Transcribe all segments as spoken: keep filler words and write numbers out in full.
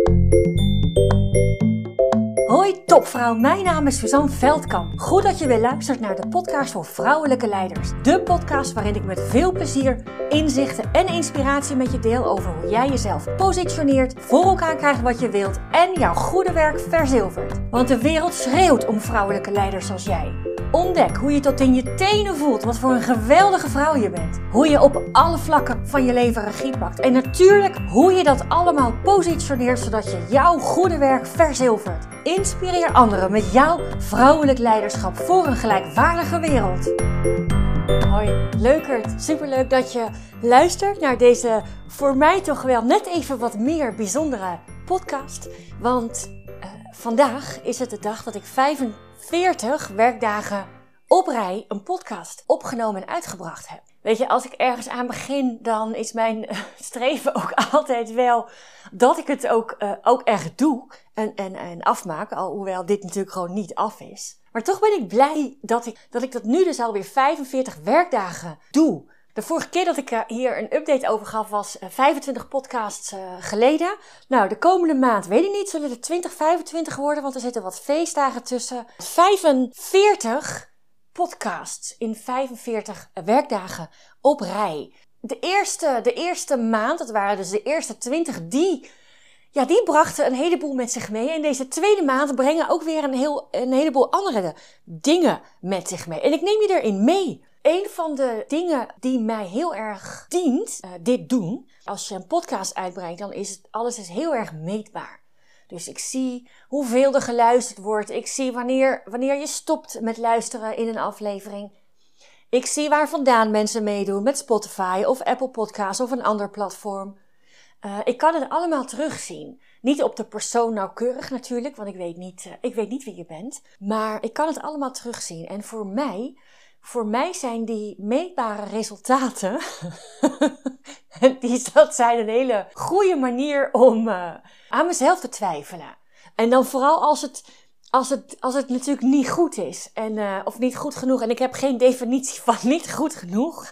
Hoi topvrouw, mijn naam is Suzanne Veldkamp. Goed dat je weer luistert naar de podcast voor vrouwelijke leiders. De podcast waarin ik met veel plezier, inzichten en inspiratie met je deel over hoe jij jezelf positioneert, voor elkaar krijgt wat je wilt en jouw goede werk verzilvert. Want de wereld schreeuwt om vrouwelijke leiders zoals jij. Ontdek hoe je tot in je tenen voelt wat voor een geweldige vrouw je bent. Hoe je op alle vlakken van je leven regie pakt. En natuurlijk hoe je dat allemaal positioneert zodat je jouw goede werk verzilvert. Inspireer anderen met jouw vrouwelijk leiderschap voor een gelijkwaardige wereld. Hoi, leukert. Superleuk dat je luistert naar deze voor mij toch wel net even wat meer bijzondere podcast. Want uh, vandaag is het de dag dat ik vijfenveertig werkdagen op rij een podcast opgenomen en uitgebracht heb. Weet je, als ik ergens aan begin, dan is mijn uh, streven ook altijd wel dat ik het ook, uh, ook echt doe en, en, en afmaak. Alhoewel dit natuurlijk gewoon niet af is. Maar toch ben ik blij dat ik dat, ik dat nu dus alweer vijfenveertig werkdagen doe. De vorige keer dat ik uh, hier een update over gaf was uh, vijfentwintig podcasts uh, geleden. Nou, de komende maand weet ik niet, zullen er twintig, vijfentwintig worden, want er zitten wat feestdagen tussen. vijfenveertig podcasts in vijfenveertig werkdagen op rij. De eerste, de eerste maand, dat waren dus de eerste twintig, die, ja, die brachten een heleboel met zich mee. En deze tweede maand brengen ook weer een, heel, een heleboel andere dingen met zich mee. En ik neem je erin mee. Een van de dingen die mij heel erg dient, uh, dit doen, als je een podcast uitbrengt, dan is het, alles is heel erg meetbaar. Dus ik zie hoeveel er geluisterd wordt. Ik zie wanneer, wanneer je stopt met luisteren in een aflevering. Ik zie waar vandaan mensen meedoen met Spotify of Apple Podcasts of een ander platform. Uh, ik kan het allemaal terugzien. Niet op de persoon nauwkeurig natuurlijk, want ik weet niet, uh, ik weet niet wie je bent. Maar ik kan het allemaal terugzien. En voor mij, voor mij zijn die meetbare resultaten, die, dat zijn een hele goede manier om uh, aan mezelf te twijfelen. En dan vooral als het, als het, als het natuurlijk niet goed is. En, uh, of niet goed genoeg. En ik heb geen definitie van niet goed genoeg.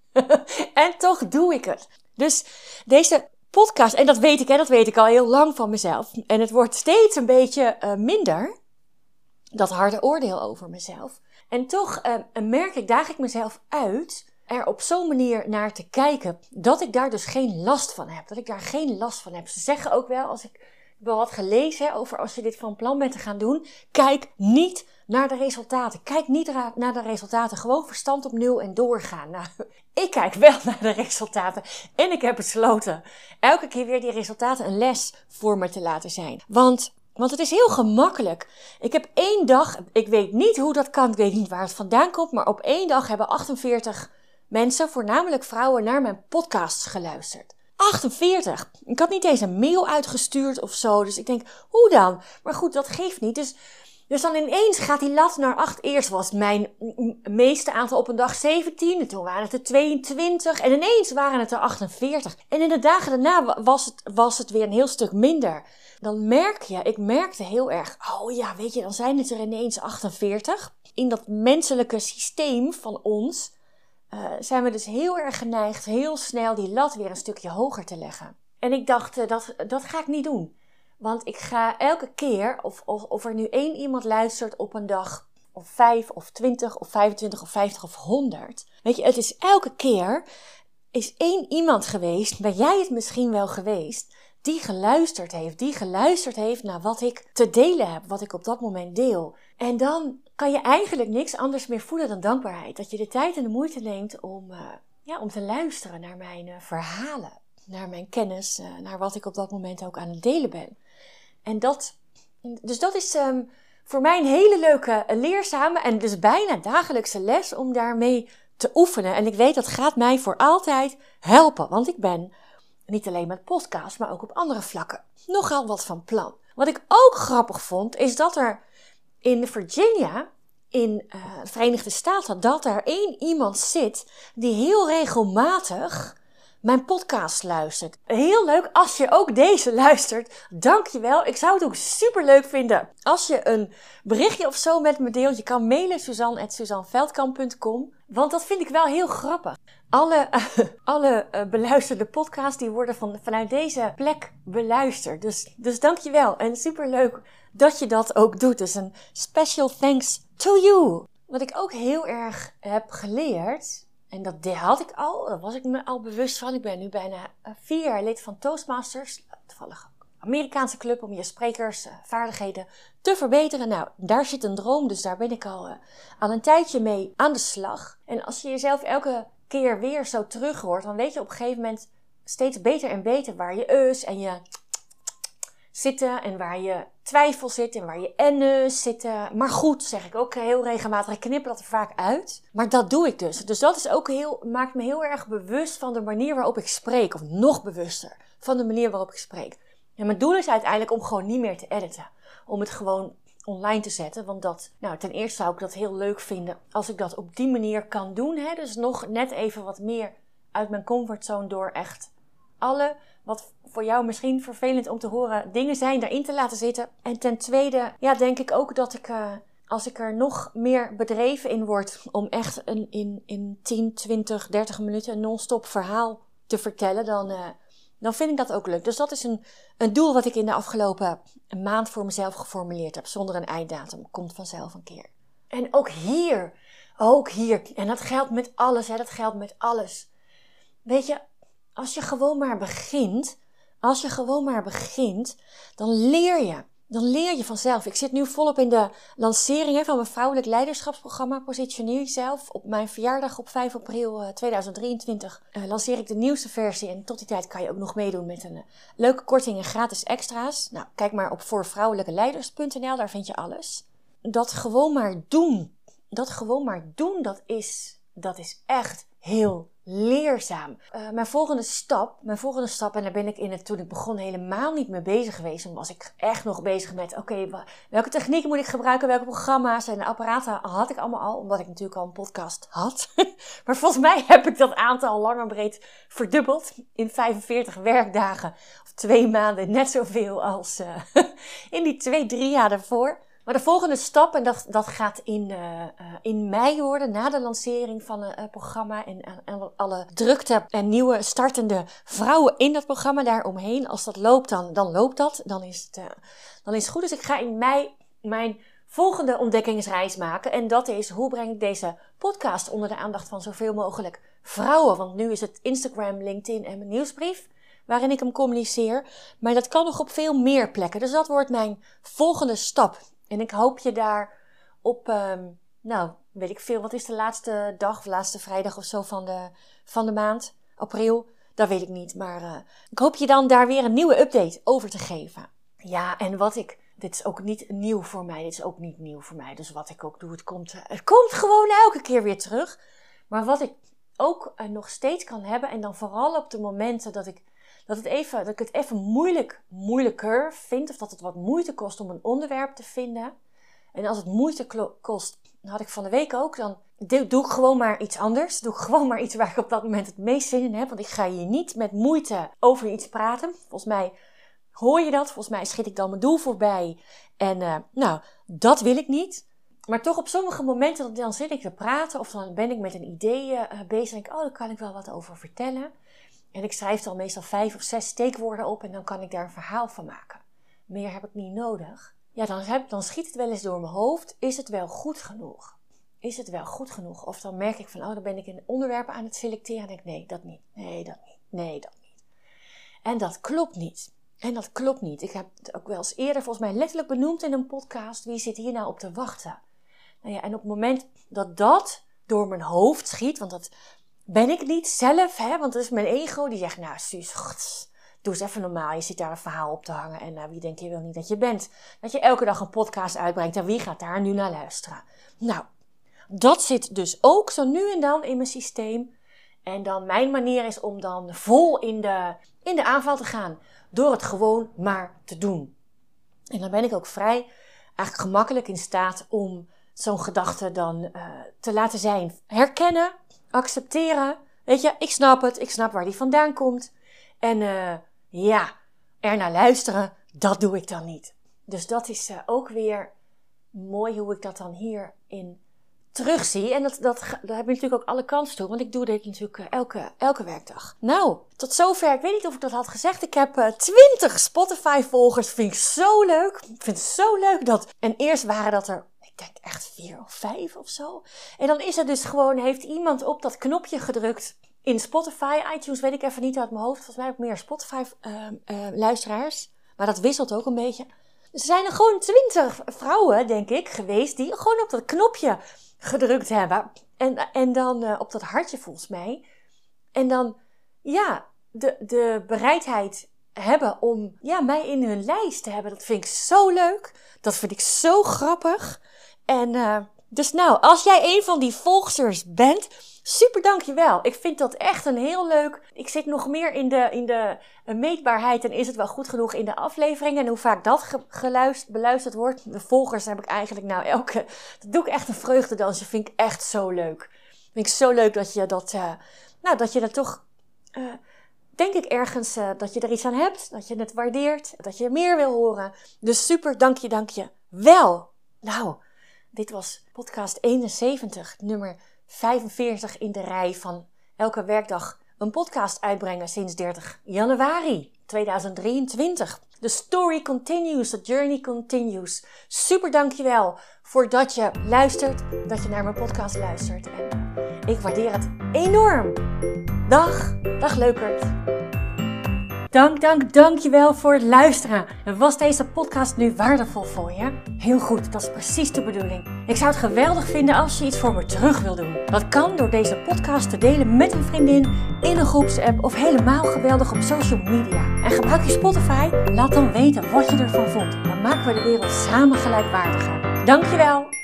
En toch doe ik het. Dus deze podcast, en dat weet ik, hè, dat weet ik al heel lang van mezelf. En het wordt steeds een beetje uh, minder, dat harde oordeel over mezelf. En toch uh, merk ik, daag ik mezelf uit er op zo'n manier naar te kijken, dat ik daar dus geen last van heb. Dat ik daar geen last van heb. Ze zeggen ook wel, als ik wel wat gelezen heb over als je dit van plan bent te gaan doen, kijk niet naar de resultaten. Kijk niet naar de resultaten. Gewoon verstand op nul en doorgaan. Nou, ik kijk wel naar de resultaten. En ik heb besloten elke keer weer die resultaten een les voor me te laten zijn. Want, want het is heel gemakkelijk. Ik heb één dag, ik weet niet hoe dat kan, ik weet niet waar het vandaan komt, maar op één dag hebben achtenveertig mensen, voornamelijk vrouwen, naar mijn podcasts geluisterd. achtenveertig. Ik had niet eens een mail uitgestuurd of zo. Dus ik denk, hoe dan? Maar goed, dat geeft niet. Dus, dus dan ineens gaat die lat naar acht. Eerst was mijn meeste aantal op een dag zeventien. En toen waren het er tweeëntwintig. En ineens waren het er achtenveertig. En in de dagen daarna was het, was het weer een heel stuk minder. Dan merk je, ik merkte heel erg, oh ja, weet je, dan zijn het er ineens achtenveertig. In dat menselijke systeem van ons Uh, zijn we dus heel erg geneigd heel snel die lat weer een stukje hoger te leggen. En ik dacht, uh, dat, dat ga ik niet doen. Want ik ga elke keer, of, of, of er nu één iemand luistert op een dag, of vijf, of twintig, of vijfentwintig, of vijftig, of honderd. Weet je, het is elke keer, is één iemand geweest, ben jij het misschien wel geweest, die geluisterd heeft, die geluisterd heeft naar wat ik te delen heb, wat ik op dat moment deel. En dan kan je eigenlijk niks anders meer voelen dan dankbaarheid. Dat je de tijd en de moeite neemt om, uh, ja, om te luisteren naar mijn uh, verhalen, naar mijn kennis, uh, naar wat ik op dat moment ook aan het delen ben. En dat, dus dat is um, voor mij een hele leuke, uh, leerzame en dus bijna dagelijkse les om daarmee te oefenen. En ik weet dat gaat mij voor altijd helpen, want ik ben niet alleen met podcast, maar ook op andere vlakken nogal wat van plan. Wat ik ook grappig vond, is dat er in Virginia, in uh, de Verenigde Staten, dat er één iemand zit die heel regelmatig mijn podcast luistert. Heel leuk als je ook deze luistert. Dankjewel. Ik zou het ook super leuk vinden als je een berichtje of zo met me deelt. Je kan mailen suzanne at suzanne veldkamp punt com. Want dat vind ik wel heel grappig. Alle, uh, alle uh, beluisterde podcasts die worden van, vanuit deze plek beluisterd. Dus, dus dankjewel. En superleuk dat je dat ook doet. Dus een special thanks to you. Wat ik ook heel erg heb geleerd, en dat had ik al, daar was ik me al bewust van. Ik ben nu bijna uh, vier jaar lid van Toastmasters. Toevallig Amerikaanse club om je sprekersvaardigheden uh, te verbeteren. Nou, daar zit een droom, dus daar ben ik al, uh, al een tijdje mee aan de slag. En als je jezelf elke keer weer zo terug hoort, dan weet je op een gegeven moment steeds beter en beter waar je us en je zitten en waar je twijfel zit en waar je en's zitten. Maar goed, zeg ik ook heel regelmatig. Ik knip dat er vaak uit. Maar dat doe ik dus. Dus dat is ook heel, maakt me heel erg bewust van de manier waarop ik spreek. Of nog bewuster van de manier waarop ik spreek. En mijn doel is uiteindelijk om gewoon niet meer te editen. Om het gewoon online te zetten. Want dat, nou, ten eerste zou ik dat heel leuk vinden als ik dat op die manier kan doen. Hè? Dus nog net even wat meer uit mijn comfortzone door echt alle, wat voor jou misschien vervelend om te horen, dingen zijn daarin te laten zitten. En ten tweede, ja, denk ik ook dat ik, uh, als ik er nog meer bedreven in word om echt een, in, in tien, twintig, dertig minuten een non-stop verhaal te vertellen, dan, uh, dan vind ik dat ook leuk. Dus dat is een, een doel wat ik in de afgelopen maand voor mezelf geformuleerd heb, zonder een einddatum. Komt vanzelf een keer. En ook hier, ook hier, en dat geldt met alles, hè, dat geldt met alles. Weet je, als je gewoon maar begint, als je gewoon maar begint, dan leer je. Dan leer je vanzelf. Ik zit nu volop in de lancering van mijn vrouwelijk leiderschapsprogramma Positioneer Jezelf. Op mijn verjaardag op vijf april tweeduizend drieëntwintig uh, lanceer ik de nieuwste versie. En tot die tijd kan je ook nog meedoen met een uh, leuke korting en gratis extra's. Nou, kijk maar op voor vrouwelijke leiders punt n l, daar vind je alles. Dat gewoon maar doen. Dat gewoon maar doen, dat is, dat is echt heel leerzaam. Uh, mijn volgende stap, mijn volgende stap, en daar ben ik in het, toen ik begon helemaal niet mee bezig geweest. Toen was ik echt nog bezig met, oké, okay, welke technieken moet ik gebruiken, welke programma's en apparaten had ik allemaal al, omdat ik natuurlijk al een podcast had. Maar volgens mij heb ik dat aantal lang en breed verdubbeld in vijfenveertig werkdagen, of twee maanden, net zoveel als uh, in die twee, drie jaar daarvoor. Maar de volgende stap, en dat, dat gaat in, uh, uh, in mei worden, na de lancering van het uh, programma en, en, en alle drukte en nieuwe startende vrouwen in dat programma daaromheen. Als dat loopt, dan, dan loopt dat. Dan is, het, uh, dan is het goed. Dus ik ga in mei mijn volgende ontdekkingsreis maken. En dat is, hoe breng ik deze podcast onder de aandacht van zoveel mogelijk vrouwen? Want nu is het Instagram, LinkedIn en mijn nieuwsbrief waarin ik hem communiceer. Maar dat kan nog op veel meer plekken. Dus dat wordt mijn volgende stap. En ik hoop je daar op, um, nou, weet ik veel, wat is de laatste dag of laatste vrijdag of zo van de, van de maand, april, dat weet ik niet. Maar uh, ik hoop je dan daar weer een nieuwe update over te geven. Ja, en wat ik, dit is ook niet nieuw voor mij, dit is ook niet nieuw voor mij. Dus wat ik ook doe, het komt, uh, het komt gewoon elke keer weer terug. Maar wat ik ook uh, nog steeds kan hebben, en dan vooral op de momenten dat ik Dat, het even, dat ik het even moeilijk, moeilijker vind. Of dat het wat moeite kost om een onderwerp te vinden. En als het moeite klo- kost, had ik van de week ook. Dan doe, doe ik gewoon maar iets anders. Doe ik gewoon maar iets waar ik op dat moment het meest zin in heb. Want ik ga hier niet met moeite over iets praten. Volgens mij hoor je dat. Volgens mij schiet ik dan mijn doel voorbij. En uh, nou, dat wil ik niet. Maar toch op sommige momenten dan zit ik te praten. Of dan ben ik met een idee uh, bezig. En denk ik, oh, daar kan ik wel wat over vertellen. En ik schrijf dan meestal vijf of zes steekwoorden op en dan kan ik daar een verhaal van maken. Meer heb ik niet nodig. Ja, dan, heb, dan schiet het wel eens door mijn hoofd. Is het wel goed genoeg? Is het wel goed genoeg? Of dan merk ik van, oh, dan ben ik in onderwerpen aan het selecteren. En denk ik, nee, dat niet. Nee, dat niet. Nee, dat niet. En dat klopt niet. En dat klopt niet. Ik heb het ook wel eens eerder volgens mij letterlijk benoemd in een podcast. Wie zit hier nou op te wachten? Nou ja, en op het moment dat dat door mijn hoofd schiet, want dat ben ik niet zelf, hè? Want dat is mijn ego die zegt, nou Suus, gods, doe eens even normaal. Je zit daar een verhaal op te hangen en uh, wie denk je wel niet dat je bent? Dat je elke dag een podcast uitbrengt en wie gaat daar nu naar luisteren? Nou, dat zit dus ook zo nu en dan in mijn systeem. En dan mijn manier is om dan vol in de, in de aanval te gaan. Door het gewoon maar te doen. En dan ben ik ook vrij eigenlijk gemakkelijk in staat om zo'n gedachte dan uh, te laten zijn. Herkennen, accepteren. Weet je, ik snap het. Ik snap waar die vandaan komt. En uh, ja, er naar luisteren, dat doe ik dan niet. Dus dat is uh, ook weer mooi hoe ik dat dan hier in terugzie. En dat, dat, daar heb je natuurlijk ook alle kans toe. Want ik doe dit natuurlijk uh, elke, elke werkdag. Nou, tot zover. Ik weet niet of ik dat had gezegd. Ik heb uh, twintig Spotify-volgers. Vind ik zo leuk. Ik vind het zo leuk dat... En eerst waren dat er... Ik denk echt vier of vijf of zo. En dan is er dus gewoon... Heeft iemand op dat knopje gedrukt... In Spotify, iTunes weet ik even niet uit mijn hoofd. Volgens mij ook meer Spotify-luisteraars. Uh, uh, maar dat wisselt ook een beetje. Er zijn er gewoon twintig vrouwen, denk ik, geweest... die gewoon op dat knopje gedrukt hebben. En, en dan uh, op dat hartje volgens mij. En dan, ja, de, de bereidheid hebben om ja, mij in hun lijst te hebben. Dat vind ik zo leuk. Dat vind ik zo grappig. En uh, dus nou, als jij een van die volgsters bent... Super, dankjewel. Ik vind dat echt een heel leuk... Ik zit nog meer in de, in de meetbaarheid en is het wel goed genoeg in de afleveringen. En hoe vaak dat ge, geluisterd, beluisterd wordt. De volgers heb ik eigenlijk nou elke... Dat doe ik echt een vreugdedansje. Vind ik echt zo leuk. Vind ik zo leuk dat je dat... Uh, nou, dat je dat toch... Uh, denk ik ergens uh, dat je er iets aan hebt. Dat je het waardeert. Dat je meer wil horen. Dus super, dank je, dank je wel. Nou, dit was podcast eenenzeventig, nummer... vijfenveertig in de rij van elke werkdag een podcast uitbrengen sinds dertig januari tweeduizend drieëntwintig. The story continues, the journey continues. Super dankjewel voor dat je luistert, dat je naar mijn podcast luistert. En ik waardeer het enorm. Dag, dag leukert. Dank, dank, dankjewel voor het luisteren. Was deze podcast nu waardevol voor je? Heel goed, dat is precies de bedoeling. Ik zou het geweldig vinden als je iets voor me terug wil doen. Dat kan door deze podcast te delen met een vriendin, in een groepsapp of helemaal geweldig op social media. En gebruik je Spotify? Laat dan weten wat je ervan vond. Dan maken we de wereld samen gelijkwaardiger. Dankjewel.